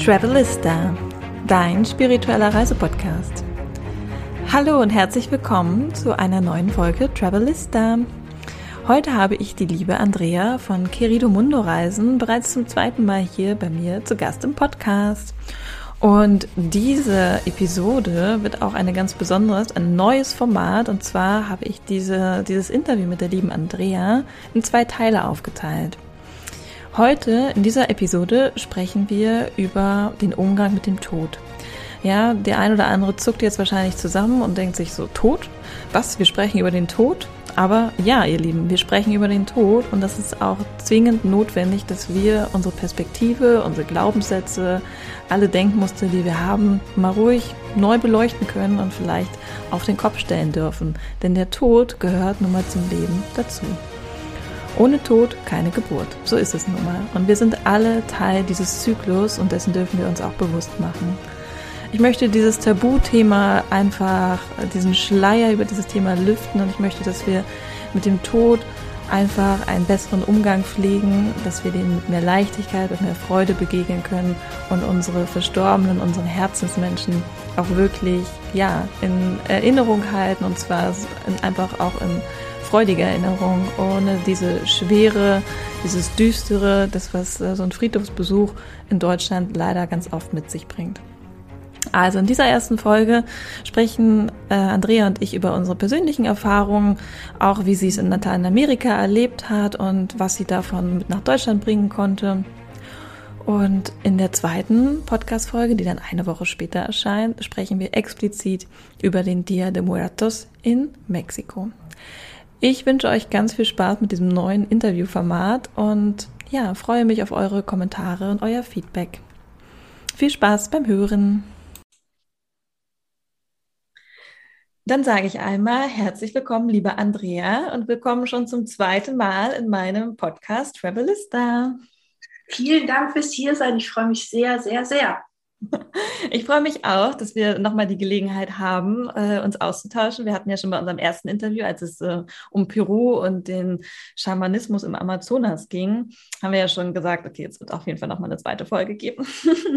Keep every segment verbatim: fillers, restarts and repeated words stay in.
Travelista, dein spiritueller Reisepodcast. Hallo und herzlich willkommen zu einer neuen Folge Travelista. Heute habe ich die liebe Andrea von Querido Mundo Reisen bereits zum zweiten Mal hier bei mir zu Gast im Podcast. Und diese Episode wird auch eine ganz besonderes, ein neues Format. Und zwar habe ich diese, dieses Interview mit der lieben Andrea in zwei Teile aufgeteilt. Heute in dieser Episode sprechen wir über den Umgang mit dem Tod. Ja, der ein oder andere zuckt jetzt wahrscheinlich zusammen und denkt sich so, Tod? Was? Wir sprechen über den Tod? Aber ja, ihr Lieben, wir sprechen über den Tod und das ist auch zwingend notwendig, dass wir unsere Perspektive, unsere Glaubenssätze, alle Denkmuster, die wir haben, mal ruhig neu beleuchten können und vielleicht auf den Kopf stellen dürfen. Denn der Tod gehört nun mal zum Leben dazu. Ohne Tod keine Geburt. So ist es nun mal. Und wir sind alle Teil dieses Zyklus und dessen dürfen wir uns auch bewusst machen. Ich möchte dieses Tabuthema einfach, diesen Schleier über dieses Thema lüften und ich möchte, dass wir mit dem Tod einfach einen besseren Umgang pflegen, dass wir denen mit mehr Leichtigkeit, mit mehr Freude begegnen können und unsere Verstorbenen, unsere Herzensmenschen auch wirklich, ja, in Erinnerung halten und zwar in, einfach auch in freudiger Erinnerung, ohne diese Schwere, dieses Düstere, das was so ein Friedhofsbesuch in Deutschland leider ganz oft mit sich bringt. Also in dieser ersten Folge sprechen äh, Andrea und ich über unsere persönlichen Erfahrungen, auch wie sie es in Lateinamerika erlebt hat und was sie davon mit nach Deutschland bringen konnte. Und in der zweiten Podcast-Folge, die dann eine Woche später erscheint, sprechen wir explizit über den Dia de Muertos in Mexiko. Ich wünsche euch ganz viel Spaß mit diesem neuen Interviewformat und ja, freue mich auf eure Kommentare und euer Feedback. Viel Spaß beim Hören! Dann sage ich einmal herzlich willkommen, liebe Andrea, und willkommen schon zum zweiten Mal in meinem Podcast Travelista. Vielen Dank fürs Hiersein. Ich freue mich sehr, sehr, sehr. Ich freue mich auch, dass wir nochmal die Gelegenheit haben, äh, uns auszutauschen. Wir hatten ja schon bei unserem ersten Interview, als es äh, um Peru und den Schamanismus im Amazonas ging, haben wir ja schon gesagt, okay, jetzt wird auf jeden Fall nochmal eine zweite Folge geben.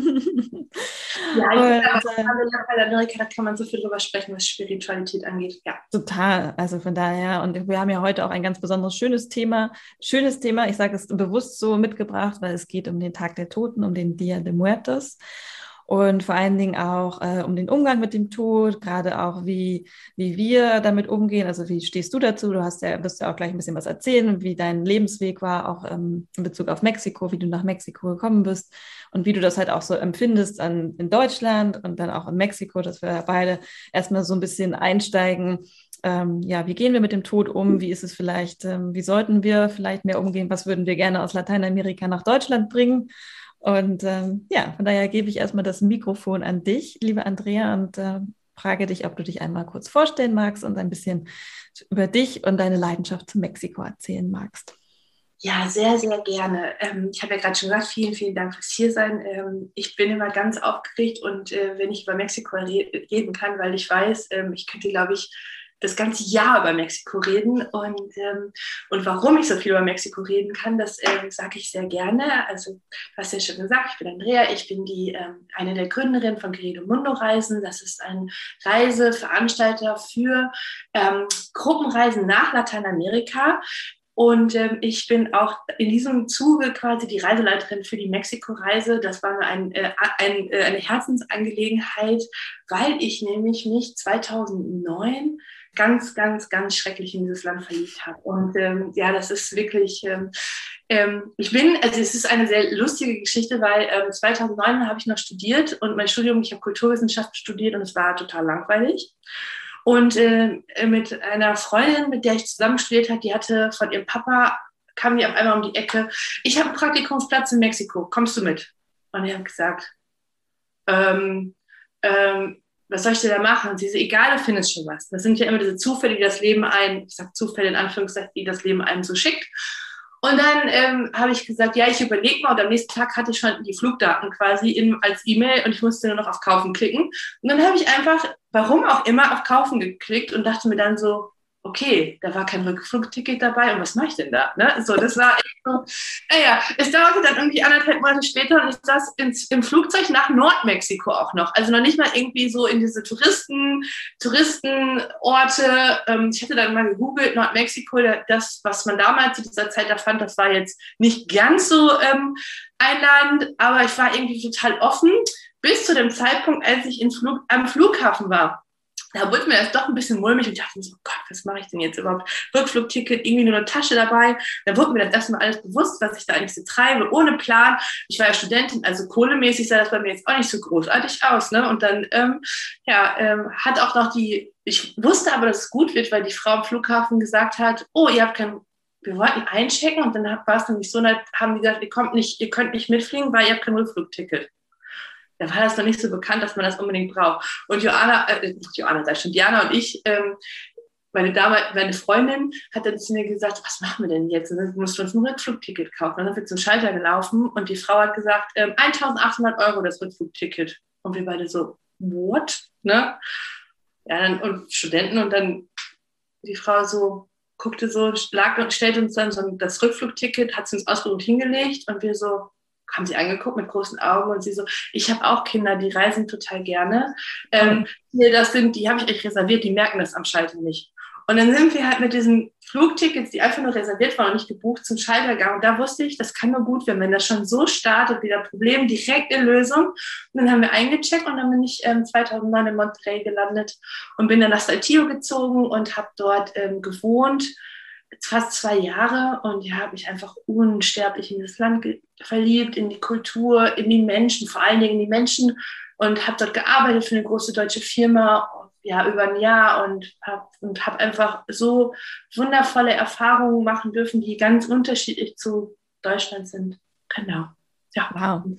Ja, ich glaube, in Lateinamerika, da kann man so viel drüber sprechen, was Spiritualität angeht. Ja. Total, also von daher, und wir haben ja heute auch ein ganz besonderes schönes Thema, schönes Thema, ich sage es bewusst so mitgebracht, weil es geht um den Tag der Toten, um den Dia de Muertos. Und vor allen Dingen auch äh, um den Umgang mit dem Tod, gerade auch wie, wie wir damit umgehen. Also wie stehst du dazu? Du hast ja, wirst ja auch gleich ein bisschen was erzählen, wie dein Lebensweg war, auch ähm, in Bezug auf Mexiko, wie du nach Mexiko gekommen bist und wie du das halt auch so empfindest an, in Deutschland und dann auch in Mexiko, dass wir beide erstmal so ein bisschen einsteigen. Ähm, ja, wie gehen wir mit dem Tod um? Wie ist es vielleicht, ähm, wie sollten wir vielleicht mehr umgehen? Was würden wir gerne aus Lateinamerika nach Deutschland bringen? Und ähm, ja, von daher gebe ich erstmal das Mikrofon an dich, liebe Andrea, und äh, frage dich, ob du dich einmal kurz vorstellen magst und ein bisschen über dich und deine Leidenschaft zu Mexiko erzählen magst. Ja, sehr, sehr gerne. Ähm, ich habe ja gerade schon gesagt, vielen, vielen Dank fürs Hiersein. Ähm, ich bin immer ganz aufgeregt und äh, wenn ich über Mexiko re- reden kann, weil ich weiß, ähm, ich könnte, glaube ich, das ganze Jahr über Mexiko reden und, ähm, und warum ich so viel über Mexiko reden kann, das ähm, sage ich sehr gerne. Also du hast ja schon gesagt, ich bin Andrea, ich bin die ähm, eine der Gründerinnen von Querido Mundo Reisen. Das ist ein Reiseveranstalter für ähm, Gruppenreisen nach Lateinamerika. Und ähm, ich bin auch in diesem Zuge quasi die Reiseleiterin für die Mexiko-Reise. Das war mir ein, äh, ein, äh, eine Herzensangelegenheit, weil ich nämlich mich zweitausendneun ganz, ganz, ganz schrecklich in dieses Land verliebt habe. Und ähm, ja, das ist wirklich, ähm, ähm, ich bin, also es ist eine sehr lustige Geschichte, weil ähm, zweitausendneun habe ich noch studiert und mein Studium, ich habe Kulturwissenschaften studiert und es war total langweilig. Und äh, mit einer Freundin, mit der ich zusammen studiert habe, die hatte von ihrem Papa, kam die auf einmal um die Ecke, ich habe einen Praktikumsplatz in Mexiko, kommst du mit? Und ich habe gesagt, ähm, ähm, was soll ich denn da machen? Und sie so, egal, du findest schon was. Das sind ja immer diese Zufälle, die das Leben ein, ich sage Zufälle in Anführungszeichen, die das Leben einem so schickt. Und dann ähm, habe ich gesagt, ja, ich überlege mal. Und am nächsten Tag hatte ich schon die Flugdaten quasi in, als E-Mail und ich musste nur noch auf Kaufen klicken. Und dann habe ich einfach, warum auch immer, auf Kaufen geklickt und dachte mir dann so, okay, da war kein Rückflugticket dabei und was mache ich denn da? Ne? So, das war echt so, naja, es dauerte dann irgendwie anderthalb Monate später und ich saß ins, im Flugzeug nach Nordmexiko auch noch. Also noch nicht mal irgendwie so in diese Touristen, Touristenorte. Ähm, ich hatte dann mal gegoogelt, Nordmexiko, das, was man damals zu dieser Zeit da fand, das war jetzt nicht ganz so ähm, einladend, aber ich war irgendwie total offen bis zu dem Zeitpunkt, als ich in Flug, am Flughafen war. Da wurde mir das doch ein bisschen mulmig und ich dachte mir so, Gott, was mache ich denn jetzt überhaupt? Rückflugticket, irgendwie nur eine Tasche dabei. Da wurde mir das erstmal alles bewusst, was ich da eigentlich so treibe, ohne Plan. Ich war ja Studentin, also kohlemäßig sah das bei mir jetzt auch nicht so großartig aus. Ne? Und dann ähm, ja, ähm, hat auch noch die, ich wusste aber, dass es gut wird, weil die Frau am Flughafen gesagt hat, oh, ihr habt kein, wir wollten einchecken und dann war es nämlich so, dann haben die gesagt, ihr, kommt nicht, ihr könnt nicht mitfliegen, weil ihr habt kein Rückflugticket. Da war das noch nicht so bekannt, dass man das unbedingt braucht. Und Joanna, äh, Joanna sag ich schon, Diana und ich, ähm, meine Dame, meine Freundin, hat dann zu mir gesagt, was machen wir denn jetzt? Und dann mussten wir uns ein Rückflugticket kaufen. Dann sind wir zum Schalter gelaufen und die Frau hat gesagt, ähm, eintausendachthundert Euro das Rückflugticket. Und wir beide so, what? Ne? Ja, dann, und Studenten und dann die Frau so, guckte so, lag und stellte uns dann so das Rückflugticket, hat sie uns ausgedruckt hingelegt und wir so, haben sie angeguckt mit großen Augen und sie so, ich habe auch Kinder, die reisen total gerne. Ähm, hier, das sind, die habe ich euch reserviert, die merken das am Schalter nicht. Und dann sind wir halt mit diesen Flugtickets, die einfach nur reserviert waren und nicht gebucht, zum Schalter gegangen. Und da wusste ich, das kann nur gut werden, wenn das schon so startet, wieder Problem, direkt in Lösung. Und dann haben wir eingecheckt und dann bin ich ähm, zweitausendneun in Monterrey gelandet und bin dann nach Saltillo gezogen und habe dort ähm, gewohnt, fast zwei Jahre und ja, habe mich einfach unsterblich in das Land ge- verliebt, in die Kultur, in die Menschen, vor allen Dingen in die Menschen und habe dort gearbeitet für eine große deutsche Firma, ja, über ein Jahr und habe und hab einfach so wundervolle Erfahrungen machen dürfen, die ganz unterschiedlich zu Deutschland sind. Genau. Ja.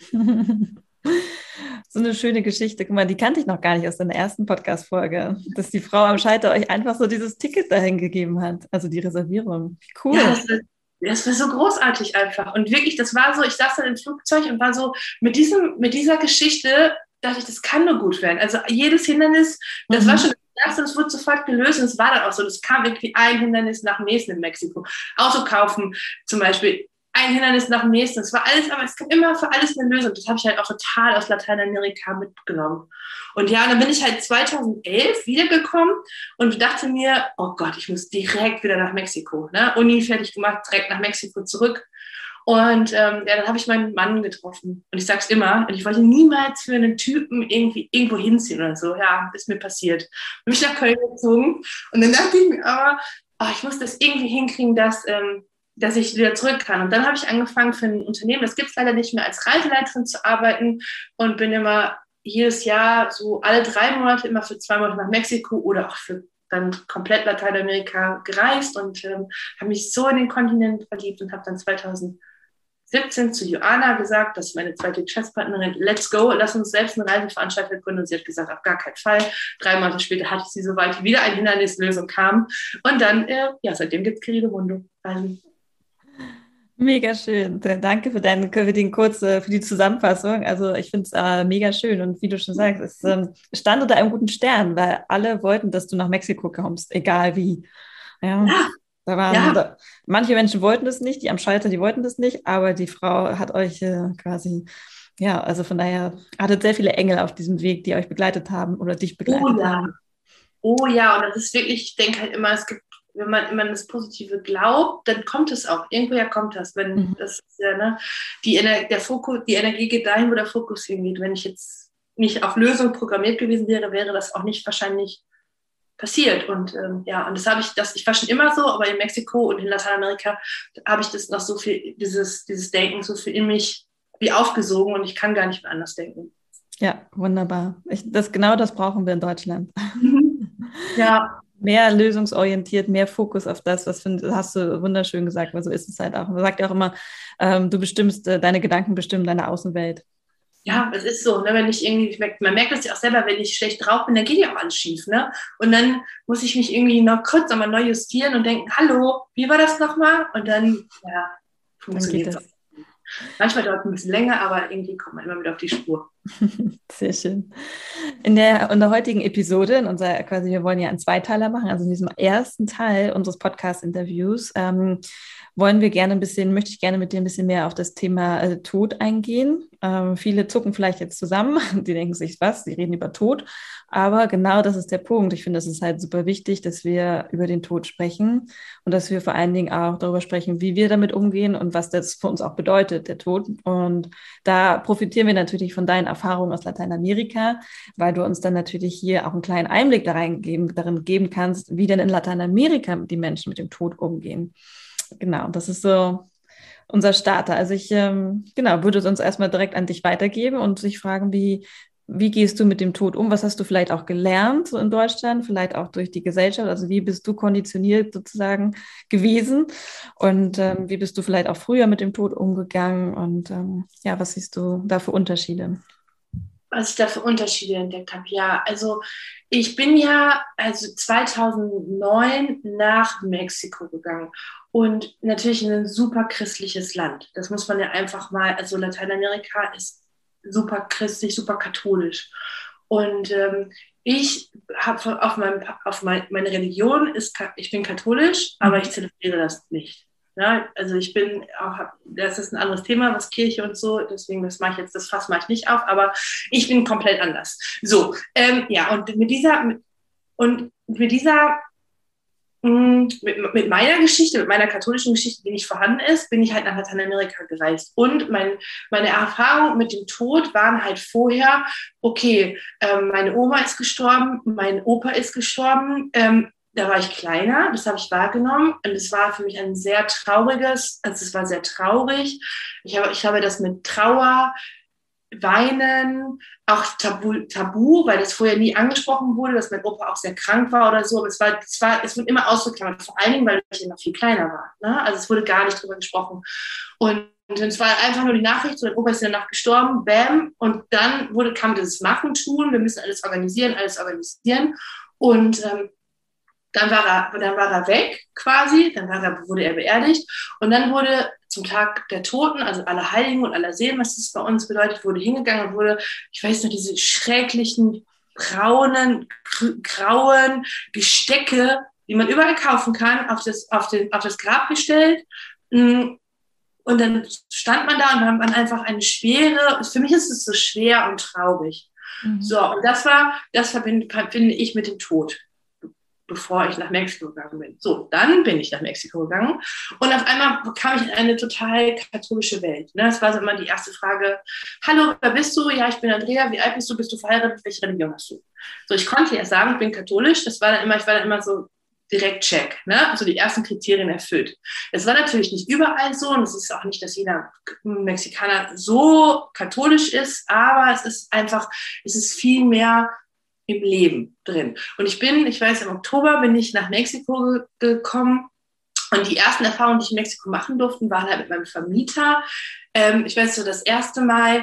Wow. So eine schöne Geschichte. Guck mal, die kannte ich noch gar nicht aus der ersten Podcast-Folge, dass die Frau am Schalter euch einfach so dieses Ticket dahin gegeben hat, also die Reservierung. Wie cool. Ja, das, das war so großartig einfach. Und wirklich, das war so, ich saß dann im Flugzeug und war so, mit, diesem, mit dieser Geschichte dachte ich, das kann nur gut werden. Also jedes Hindernis, das mhm. war schon das erste, das wurde sofort gelöst und es war dann auch so, das kam irgendwie ein Hindernis nach dem nächsten in Mexiko. Auto kaufen zum Beispiel, ein Hindernis nach dem nächsten. Es war alles, aber es gab immer für alles eine Lösung. Das habe ich halt auch total aus Lateinamerika mitgenommen. Und ja, dann bin ich halt zweitausendelf wiedergekommen und dachte mir, oh Gott, ich muss direkt wieder nach Mexiko. Ne? Uni fertig gemacht, direkt nach Mexiko zurück. Und ähm, ja, dann habe ich meinen Mann getroffen. Und ich sage es immer, und ich wollte niemals für einen Typen irgendwie irgendwo hinziehen oder so. Ja, ist mir passiert. Bin ich nach Köln gezogen. Und dann dachte ich mir aber, oh, ich muss das irgendwie hinkriegen, dass... Ähm, dass ich wieder zurück kann. Und dann habe ich angefangen für ein Unternehmen, das gibt es leider nicht mehr, als Reiseleiterin zu arbeiten und bin immer jedes Jahr so alle drei Monate immer für zwei Monate nach Mexiko oder auch für dann komplett Lateinamerika gereist und ähm, habe mich so in den Kontinent verliebt und habe dann zweitausendsiebzehn zu Joanna gesagt, das ist meine zweite Geschäftspartnerin, let's go, lass uns selbst eine Reiseveranstaltung gründen. Und sie hat gesagt, auf gar keinen Fall. Drei Monate später hatte ich sie soweit, wieder eine Hindernislösung kam. Und dann, äh, ja, seitdem gibt es Querido Mundo. Also, mega schön. Danke für, deine, für, den kurze, für die Zusammenfassung. Also ich finde es äh, mega schön. Und wie du schon sagst, es ähm, stand unter einem guten Stern, weil alle wollten, dass du nach Mexiko kommst, egal wie. Ja, ja, da waren, ja. da, manche Menschen wollten das nicht, die am Schalter, die wollten das nicht, aber die Frau hat euch äh, quasi, ja, also von daher hattet sehr viele Engel auf diesem Weg, die euch begleitet haben oder dich begleitet oh, ja. haben. Oh ja, und das ist wirklich, ich denke halt immer, es gibt wenn man immer das Positive glaubt, dann kommt es auch. Irgendwoher kommt das. Wenn mhm. das ist ja, ne, die, Ener- der Fokus, die Energie geht dahin, wo der Fokus hingeht. Wenn ich jetzt nicht auf Lösung programmiert gewesen wäre, wäre das auch nicht wahrscheinlich passiert. Und ähm, ja, und das habe ich, das, ich war schon immer so, aber in Mexiko und in Lateinamerika habe ich das noch so viel, dieses, dieses Denken so viel in mich wie aufgesogen und ich kann gar nicht mehr anders denken. Ja, wunderbar. Ich, das, genau das brauchen wir in Deutschland. Mhm. Ja. Mehr lösungsorientiert, mehr Fokus auf das, was find, hast du wunderschön gesagt, weil so ist es halt auch. Man sagt ja auch immer, ähm, du bestimmst, äh, deine Gedanken bestimmen deine Außenwelt. Ja, es ist so, ne, wenn ich irgendwie, man merkt das ja auch selber, wenn ich schlecht drauf bin, dann geht ja auch alles schief, ne? Und dann muss ich mich irgendwie noch kurz einmal neu justieren und denken, hallo, wie war das nochmal? Und dann, ja, funktioniert es. Manchmal dauert es ein bisschen länger, aber irgendwie kommt man immer wieder auf die Spur. Sehr schön. In der, in der heutigen Episode, in unserer quasi, wir wollen ja einen Zweiteiler machen, also in diesem ersten Teil unseres Podcast-Interviews, ähm, wollen wir gerne ein bisschen, möchte ich gerne mit dir ein bisschen mehr auf das Thema äh, Tod eingehen. Ähm, viele zucken vielleicht jetzt zusammen, die denken sich, was, sie reden über Tod. Aber genau das ist der Punkt. Ich finde, es ist halt super wichtig, dass wir über den Tod sprechen und dass wir vor allen Dingen auch darüber sprechen, wie wir damit umgehen und was das für uns auch bedeutet, der Tod. Und da profitieren wir natürlich von deinen Erfahrungen aus Lateinamerika, weil du uns dann natürlich hier auch einen kleinen Einblick da reingeben, darin geben kannst, wie denn in Lateinamerika die Menschen mit dem Tod umgehen. Genau, das ist so unser Starter. Also ich, ähm, genau, würde es uns erstmal direkt an dich weitergeben und sich fragen, wie, wie gehst du mit dem Tod um? Was hast du vielleicht auch gelernt so in Deutschland, vielleicht auch durch die Gesellschaft? Also wie bist du konditioniert sozusagen gewesen? Und ähm, wie bist du vielleicht auch früher mit dem Tod umgegangen? Und ähm, ja, was siehst du da für Unterschiede? Was ich da für Unterschiede entdeckt habe. Ja, also ich bin ja also zweitausendneun nach Mexiko gegangen und natürlich in ein super christliches Land. Das muss man ja einfach mal, also Lateinamerika ist super christlich, super katholisch. Und ähm, ich habe auf, meinem, auf mein, meine Religion ist, ich bin katholisch, aber ich zelebriere das nicht. Ja, also ich bin auch, das ist ein anderes Thema, was Kirche und so, deswegen das mache ich jetzt, das Fass mache ich nicht auf, aber ich bin komplett anders. So, ähm, ja, und mit dieser, und mit dieser, mh, mit, mit meiner Geschichte, mit meiner katholischen Geschichte, die nicht vorhanden ist, bin ich halt nach Lateinamerika gereist. Und mein, meine Erfahrungen mit dem Tod waren halt vorher, okay, ähm, meine Oma ist gestorben, mein Opa ist gestorben, ähm, da war ich kleiner, das habe ich wahrgenommen und es war für mich ein sehr trauriges, also es war sehr traurig. Ich habe, ich habe das mit Trauer, Weinen, auch Tabu, Tabu, weil das vorher nie angesprochen wurde, dass mein Opa auch sehr krank war oder so, aber es war, es war, es wurde immer ausgeklammert, vor allen Dingen, weil ich noch viel kleiner war. Ne? Also es wurde gar nicht drüber gesprochen. Und Und es war einfach nur die Nachricht, so dein Opa ist in der Nacht gestorben, bam. Und dann wurde, kam dieses Machen, tun, wir müssen alles organisieren, alles organisieren. Und ähm, Dann war, er, dann war er weg quasi, dann war er, wurde er beerdigt und dann wurde zum Tag der Toten, also aller Heiligen und aller Seelen, was das bei uns bedeutet, wurde hingegangen und wurde, ich weiß noch, diese schrecklichen braunen, grauen Gestecke, die man überall kaufen kann, auf das, auf den, auf das Grab gestellt. Und dann stand man da und dann hat man einfach eine schwere, für mich ist es so schwer und traurig. Mhm. So, und das war, das verbinde, verbinde ich mit dem Tod, bevor ich nach Mexiko gegangen bin. So, dann bin ich nach Mexiko gegangen und auf einmal kam ich in eine total katholische Welt. Ne? Das war so immer die erste Frage, hallo, wer bist du? Ja, ich bin Andrea, wie alt bist du? Bist du verheiratet? Welche Religion hast du? So, ich konnte ja sagen, ich bin katholisch, das war dann immer, ich war dann immer so direkt check, ne? Also die ersten Kriterien erfüllt. Das war natürlich nicht überall so und es ist auch nicht, dass jeder Mexikaner so katholisch ist, aber es ist einfach, es ist viel mehr im Leben drin. Und ich bin, ich weiß, im Oktober bin ich nach Mexiko gekommen und die ersten Erfahrungen, die ich in Mexiko machen durfte, waren halt mit meinem Vermieter. Ähm, ich weiß so, das erste Mal,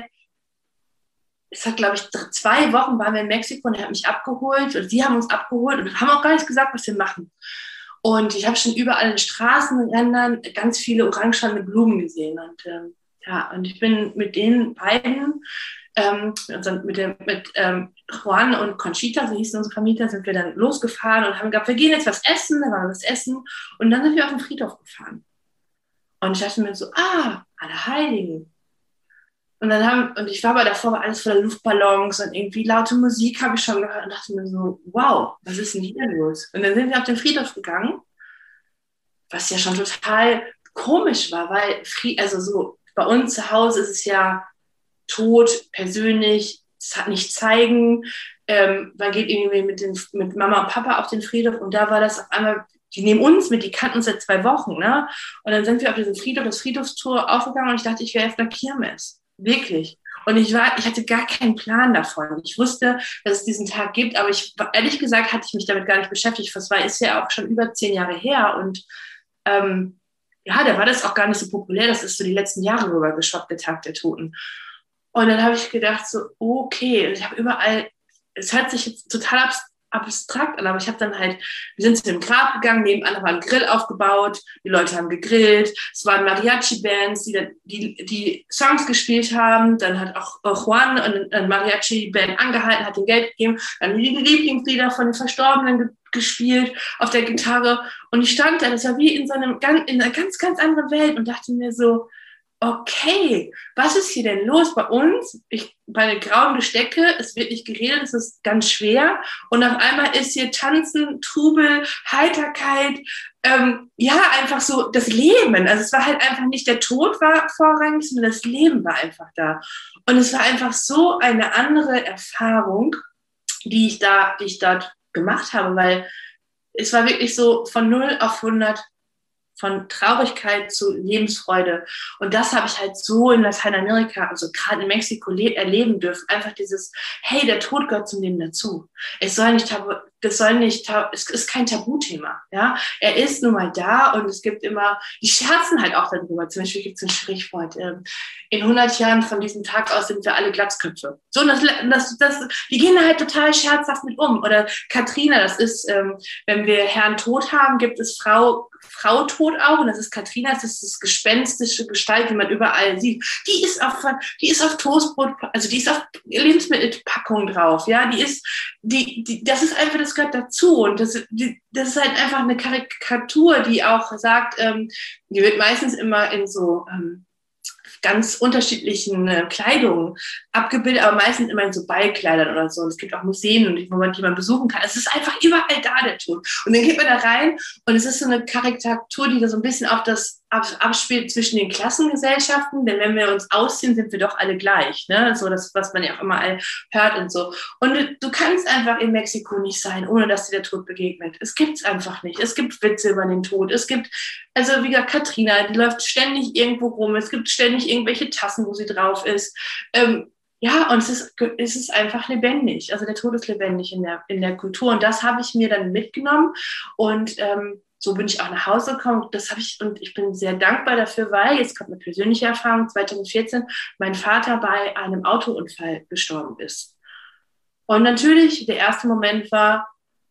es hat, glaube ich, zwei Wochen waren wir in Mexiko und er hat mich abgeholt und sie haben uns abgeholt und haben auch gar nicht gesagt, was wir machen. Und ich habe schon überall in Straßenrändern ganz viele orangefarbene Blumen gesehen. Und ähm, ja, und ich bin mit den beiden Ähm, mit, dem, mit ähm, Juan und Conchita, so hießen unsere Vermieter, sind wir dann losgefahren und haben gesagt, wir gehen jetzt was essen, dann waren wir was essen und dann sind wir auf den Friedhof gefahren. Und ich dachte mir so, ah, Allerheiligen. Und dann haben, und ich war aber davor, war alles voller Luftballons und irgendwie laute Musik habe ich schon gehört und dachte mir so, wow, was ist denn hier los? Und dann sind wir auf den Friedhof gegangen, was ja schon total komisch war, weil, also so, bei uns zu Hause ist es ja Tod, persönlich, es hat nicht zeigen. Ähm, man geht irgendwie mit, den, mit Mama und Papa auf den Friedhof und da war das auf einmal, die nehmen uns mit, die kannten uns seit zwei Wochen. Ne? Und dann sind wir auf diesen Friedhof, das Friedhofstor aufgegangen und ich dachte, ich wäre auf einer Kirmes. Wirklich. Und ich war, ich hatte gar keinen Plan davon. Ich wusste, dass es diesen Tag gibt, aber ich, ehrlich gesagt, hatte ich mich damit gar nicht beschäftigt. Das war, ist ja auch schon über zehn Jahre her und ähm, ja, da war das auch gar nicht so populär. Das ist so die letzten Jahre rübergeschwappt, der Tag der Toten. Und dann habe ich gedacht, so, okay, ich habe überall, es hört sich jetzt total abstrakt an, aber ich habe dann halt, wir sind zu dem Grab gegangen, nebenan war ein Grill aufgebaut, die Leute haben gegrillt, es waren Mariachi-Bands, die, die die Songs gespielt haben, dann hat auch Juan eine Mariachi-Band angehalten, hat ihm Geld gegeben, dann die Lieblingslieder von den Verstorbenen ge- gespielt auf der Gitarre und ich stand da, das war wie in so einem, in einer ganz, ganz anderen Welt und dachte mir so, okay, was ist hier denn los bei uns? Ich, bei der grauen Gestecke, es wird nicht geredet, es ist ganz schwer. Und auf einmal ist hier Tanzen, Trubel, Heiterkeit, ähm, ja, einfach so das Leben. Also es war halt einfach nicht der Tod war vorrangig, sondern das Leben war einfach da. Und es war einfach so eine andere Erfahrung, die ich da, die ich dort gemacht habe, weil es war wirklich so von null auf hundert von Traurigkeit zu Lebensfreude. Und das habe ich halt so in Lateinamerika, also gerade in Mexiko le- erleben dürfen. Einfach dieses, hey, der Tod gehört zum Leben dazu. Es soll nicht tabu, das soll nicht, tabu, es ist kein Tabuthema. Ja? Er ist nun mal da und es gibt immer, die scherzen halt auch darüber. Zum Beispiel gibt es ein Sprichwort, ähm, in hundert Jahren von diesem Tag aus sind wir alle Glatzköpfe. So, und das, das, das, die gehen da halt total scherzhaft mit um. Oder Katrina, das ist, ähm, wenn wir Herrn Tod haben, gibt es Frau, Frau Tod auch, und das ist Katrina, das ist das gespenstische Gestalt, die man überall sieht. Die ist auf, die ist auf Toastbrot, also die ist auf Lebensmittelpackung drauf, ja, die ist, die, die, das ist einfach, das gehört dazu, und das, die, das ist halt einfach eine Karikatur, die auch sagt, ähm, die wird meistens immer in so, ähm, ganz unterschiedlichen äh, Kleidungen abgebildet, aber meistens immer in so Ballkleidern oder so. Und es gibt auch Museen, wo man die man besuchen kann. Es ist einfach überall da, der Tod. Und dann geht man da rein und es ist so eine Karikatur, die da so ein bisschen auf das abspielt zwischen den Klassengesellschaften, denn wenn wir uns ausziehen, sind wir doch alle gleich, ne? So das, was man ja auch immer hört und so. Und du, du kannst einfach in Mexiko nicht sein, ohne dass dir der Tod begegnet. Es gibt's einfach nicht. Es gibt Witze über den Tod. Es gibt, also wie gesagt, Katrina, die läuft ständig irgendwo rum. Es gibt ständig irgendwelche Tassen, wo sie drauf ist. Ähm, ja, und es ist, es ist einfach lebendig. Also der Tod ist lebendig in der, in der Kultur. Und das habe ich mir dann mitgenommen. Und ähm, so bin ich auch nach Hause gekommen. Das habe ich, und ich bin sehr dankbar dafür, weil, jetzt kommt eine persönliche Erfahrung, zwanzig vierzehn, mein Vater bei einem Autounfall gestorben ist. Und natürlich, der erste Moment war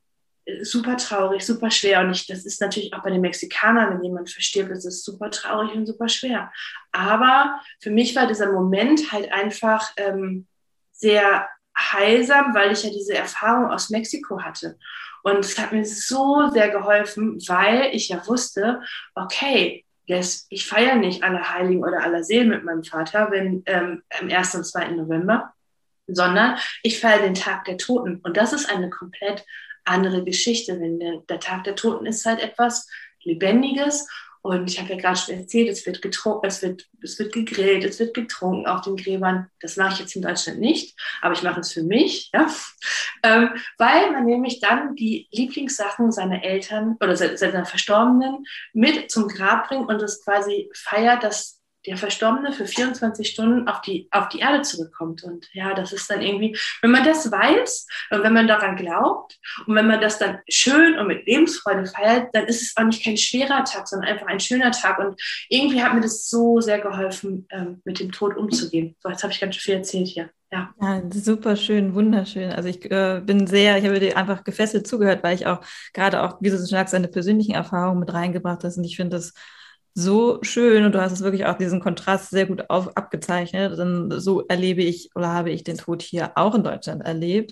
super traurig, super schwer. Und ich, das ist natürlich auch bei den Mexikanern, wenn jemand verstirbt, das ist super traurig und super schwer. Aber für mich war dieser Moment halt einfach ähm, sehr heilsam, weil ich ja diese Erfahrung aus Mexiko hatte. Und es hat mir so sehr geholfen, weil ich ja wusste, okay, yes, ich feiere nicht Allerheiligen oder Allerseelen mit meinem Vater wenn, ähm, am ersten und zweiten November, sondern ich feiere den Tag der Toten. Und das ist eine komplett andere Geschichte, denn der, der Tag der Toten ist halt etwas Lebendiges. Und ich habe ja gerade schon erzählt, es wird getrunken, es wird, es wird gegrillt, es wird getrunken auf den Gräbern. Das mache ich jetzt in Deutschland nicht, aber ich mache es für mich, ja, ähm, weil man nämlich dann die Lieblingssachen seiner Eltern oder seiner Verstorbenen mit zum Grab bringt und das quasi feiert, dass der Verstorbene für vierundzwanzig Stunden auf die, auf die Erde zurückkommt. Und ja, das ist dann irgendwie, wenn man das weiß und wenn man daran glaubt und wenn man das dann schön und mit Lebensfreude feiert, dann ist es auch nicht kein schwerer Tag, sondern einfach ein schöner Tag. Und irgendwie hat mir das so sehr geholfen, ähm, mit dem Tod umzugehen. So, jetzt habe ich ganz viel erzählt hier. Ja. Ja, super schön, wunderschön. Also ich äh, bin sehr, ich habe dir einfach gefesselt zugehört, weil ich auch gerade auch, wie du so sagst, deine persönlichen Erfahrungen mit reingebracht hast. Und ich finde das so schön und du hast es wirklich auch diesen Kontrast sehr gut auf, abgezeichnet. Denn so erlebe ich oder habe ich den Tod hier auch in Deutschland erlebt.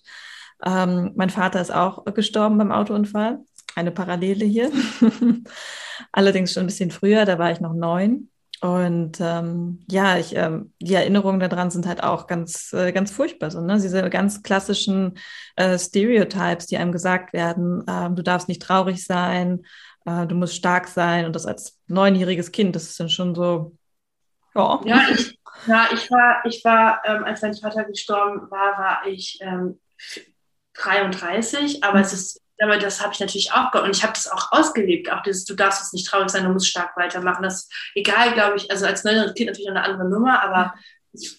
Ähm, mein Vater ist auch gestorben beim Autounfall. Eine Parallele hier. Allerdings schon ein bisschen früher, da war ich noch neun. Und ähm, ja, ich, ähm, die Erinnerungen daran sind halt auch ganz, äh, ganz furchtbar. So, ne? Diese ganz klassischen äh, Stereotypes, die einem gesagt werden, ähm, du darfst nicht traurig sein, äh, du musst stark sein. Und das als neunjähriges Kind, das ist dann schon so, ja. Ja, ich, ja, ich war, ich war ähm, als mein Vater gestorben war, war ich ähm, dreiunddreißig, aber es ist aber das habe ich natürlich auch und ich habe das auch ausgelebt, auch dieses, du darfst jetzt nicht traurig sein, du musst stark weitermachen. Das egal, glaube ich, also als neunjähriges Kind natürlich eine andere Nummer, aber ich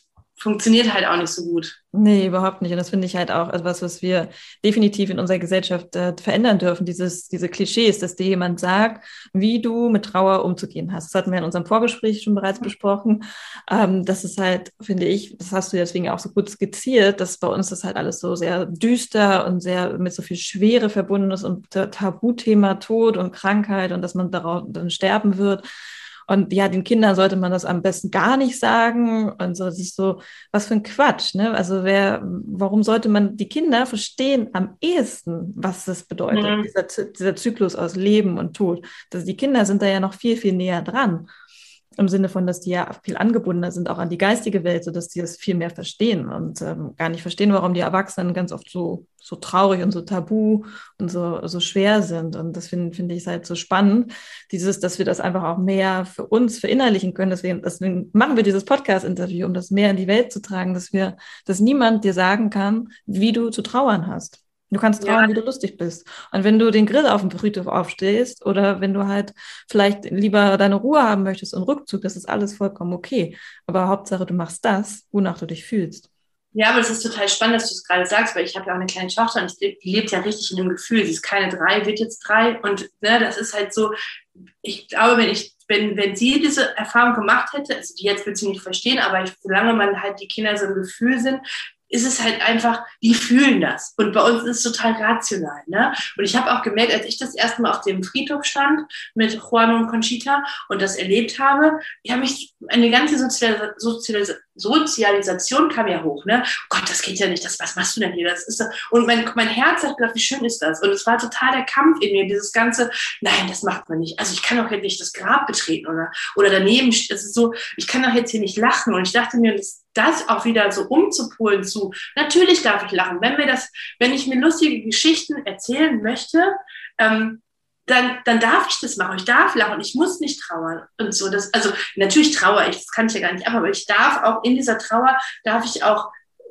funktioniert halt auch nicht so gut. Nee, überhaupt nicht. Und das finde ich halt auch etwas, was wir definitiv in unserer Gesellschaft äh, verändern dürfen. Dieses, diese Klischees, dass dir jemand sagt, wie du mit Trauer umzugehen hast. Das hatten wir in unserem Vorgespräch schon bereits besprochen. Ähm, das ist halt, finde ich, das hast du deswegen auch so gut skizziert, dass bei uns das halt alles so sehr düster und sehr mit so viel Schwere verbunden ist und Tabuthema Tod und Krankheit und dass man darauf dann sterben wird. Und ja, den Kindern sollte man das am besten gar nicht sagen. Und so, das ist so, was für ein Quatsch, ne? Also wer, warum sollte man die Kinder verstehen am ehesten, was das bedeutet, mhm. dieser, dieser Zyklus aus Leben und Tod. Also die Kinder sind da ja noch viel, viel näher dran. Im Sinne von, dass die ja viel angebundener sind, auch an die geistige Welt, sodass die das viel mehr verstehen und ähm, gar nicht verstehen, warum die Erwachsenen ganz oft so, so traurig und so tabu und so, so schwer sind. Und das finde finde ich halt so spannend, dieses, dass wir das einfach auch mehr für uns verinnerlichen können. Deswegen, deswegen machen wir dieses Podcast-Interview, um das mehr in die Welt zu tragen, dass wir, dass niemand dir sagen kann, wie du zu trauern hast. Du kannst trauern, ja, wie du lustig bist. Und wenn du den Grill auf dem Friedhof aufstehst oder wenn du halt vielleicht lieber deine Ruhe haben möchtest und Rückzug, das ist alles vollkommen okay. Aber Hauptsache, du machst das, wonach du dich fühlst. Ja, aber es ist total spannend, dass du es gerade sagst, weil ich habe ja auch eine kleine Tochter und die lebt ja richtig in dem Gefühl. Sie ist keine drei, wird jetzt drei. Und ne, das ist halt so, ich glaube, wenn ich, wenn, wenn sie diese Erfahrung gemacht hätte, also die jetzt wird sie nicht verstehen, aber ich, solange man halt die Kinder so im Gefühl sind, ist es halt einfach, die fühlen das. Und bei uns ist es total rational. Ne? Und ich habe auch gemerkt, als ich das erste Mal auf dem Friedhof stand mit Juan und Conchita und das erlebt habe, ich habe mich, eine ganze Sozialis- Sozialis- Sozialisation kam ja hoch. Ne? Oh Gott, das geht ja nicht. Das, was machst du denn hier? Das ist so. Und mein, mein Herz hat gedacht, wie schön ist das? Und es war total der Kampf in mir, dieses ganze, nein, das macht man nicht. Also ich kann doch jetzt nicht das Grab betreten oder, oder daneben, es ist so, ich kann doch jetzt hier nicht lachen. Und ich dachte mir, das das auch wieder so umzupolen zu, natürlich darf ich lachen. Wenn mir das, wenn ich mir lustige Geschichten erzählen möchte, ähm, dann, dann darf ich das machen. Ich darf lachen. Ich muss nicht trauern und so. Das, also natürlich trauere ich, das kann ich ja gar nicht ab, aber ich darf auch in dieser Trauer, darf ich auch,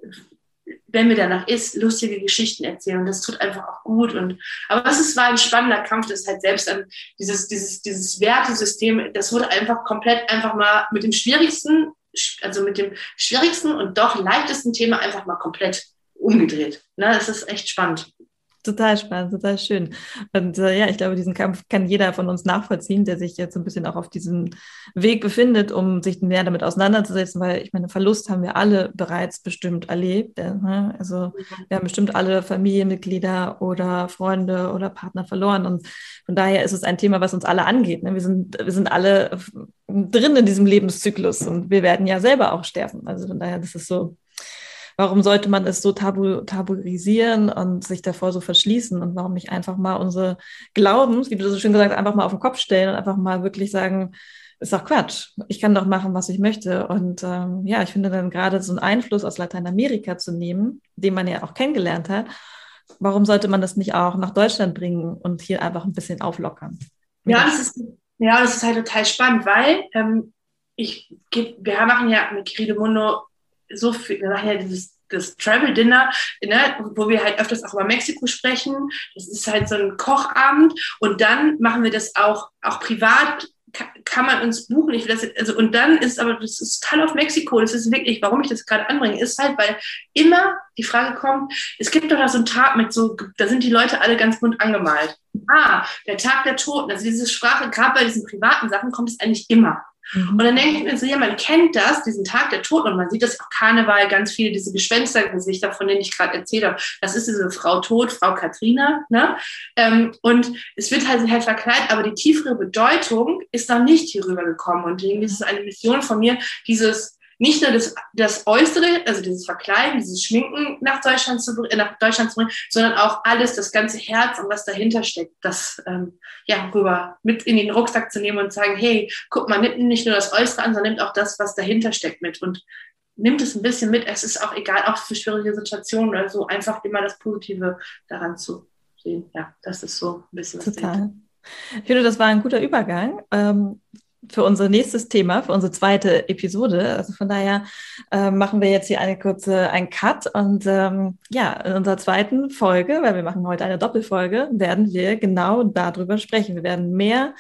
wenn mir danach ist, lustige Geschichten erzählen. Und das tut einfach auch gut. Und, aber es ist, war ein spannender Kampf, das halt selbst an dieses, dieses, dieses Wertesystem, das wurde einfach komplett einfach mal mit dem schwierigsten also mit dem schwierigsten und doch leichtesten Thema einfach mal komplett umgedreht. Ne, das ist echt spannend. Total spannend, total schön. Und äh, ja, ich glaube, diesen Kampf kann jeder von uns nachvollziehen, der sich jetzt so ein bisschen auch auf diesem Weg befindet, um sich mehr damit auseinanderzusetzen, weil ich meine, Verlust haben wir alle bereits bestimmt erlebt. Äh, ne? Also wir haben bestimmt alle Familienmitglieder oder Freunde oder Partner verloren und von daher ist es ein Thema, was uns alle angeht. Ne? Wir sind, wir sind alle drin in diesem Lebenszyklus und wir werden ja selber auch sterben. Also von daher, das ist so. Warum sollte man es so tabu, tabuisieren und sich davor so verschließen? Und warum nicht einfach mal unsere Glaubens, wie du so schön gesagt hast, einfach mal auf den Kopf stellen und einfach mal wirklich sagen, ist doch Quatsch. Ich kann doch machen, was ich möchte. Und ähm, ja, ich finde dann gerade so einen Einfluss aus Lateinamerika zu nehmen, den man ja auch kennengelernt hat, warum sollte man das nicht auch nach Deutschland bringen und hier einfach ein bisschen auflockern? Ja, das ist, ja, das ist halt total spannend, weil ähm, ich, wir machen ja mit Querido Mundo so viel, wir machen ja dieses das Travel Dinner, ne, wo wir halt öfters auch über Mexiko sprechen. Das ist halt so ein Kochabend und dann machen wir das auch, auch privat, kann, kann man uns buchen. Ich will das jetzt, also, und dann ist aber, das ist total auf Mexiko, das ist wirklich, warum ich das gerade anbringe, ist halt, weil immer die Frage kommt, es gibt doch da so einen Tag mit so, da sind die Leute alle ganz bunt angemalt. Ah, der Tag der Toten, also diese Sprache, gerade bei diesen privaten Sachen kommt es eigentlich immer. Mhm. Und dann denke ich mir so, ja, man kennt das, diesen Tag der Toten, und man sieht das auch Karneval, ganz viele, diese Gespenstergesichter, von denen ich gerade erzählt habe. Das ist diese Frau Tod, Frau Katrina, ne? Ähm, und es wird halt, halt verkleidet, aber die tiefere Bedeutung ist noch nicht hier rübergekommen. Und deswegen ist es eine Mission von mir, dieses, nicht nur das, das Äußere, also dieses Verkleiden, dieses Schminken nach Deutschland zu, nach Deutschland zu bringen, sondern auch alles, das ganze Herz und was dahinter steckt, das ähm, ja, rüber mit in den Rucksack zu nehmen und zu sagen, hey, guck mal, nimmt nicht nur das Äußere an, sondern nimmt auch das, was dahinter steckt mit und nimmt es ein bisschen mit. Es ist auch egal, auch für schwierige Situationen oder so, einfach immer das Positive daran zu sehen. Ja, das ist so ein bisschen was. Total. Ich finde, das war ein guter Übergang. Ähm, für unser nächstes Thema, für unsere zweite Episode. Also von daher äh, machen wir jetzt hier eine kurze, einen Cut und ähm, ja, in unserer zweiten Folge, weil wir machen heute eine Doppelfolge, werden wir genau darüber sprechen. Wir werden mehr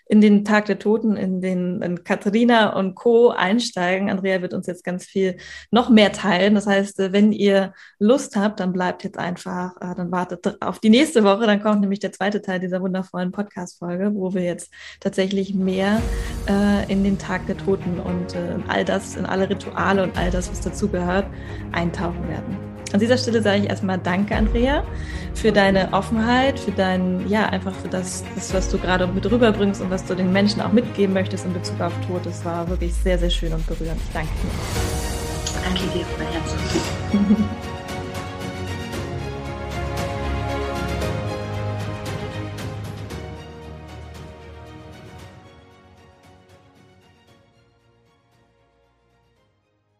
in den Tag der Toten, in den in Katharina und Co. einsteigen. Andrea wird uns jetzt ganz viel noch mehr teilen. Das heißt, wenn ihr Lust habt, dann bleibt jetzt einfach, dann wartet auf die nächste Woche. Dann kommt nämlich der zweite Teil dieser wundervollen Podcast-Folge, wo wir jetzt tatsächlich mehr äh, in den Tag der Toten und äh, in all das, in alle Rituale und all das, was dazugehört, eintauchen werden. An dieser Stelle sage ich erstmal Danke, Andrea, für deine Offenheit, für dein, ja, einfach für das, das, was du gerade mit rüberbringst und was du den Menschen auch mitgeben möchtest in Bezug auf Tod. Das war wirklich sehr, sehr schön und berührend. Ich danke dir. Danke dir, mein Herz.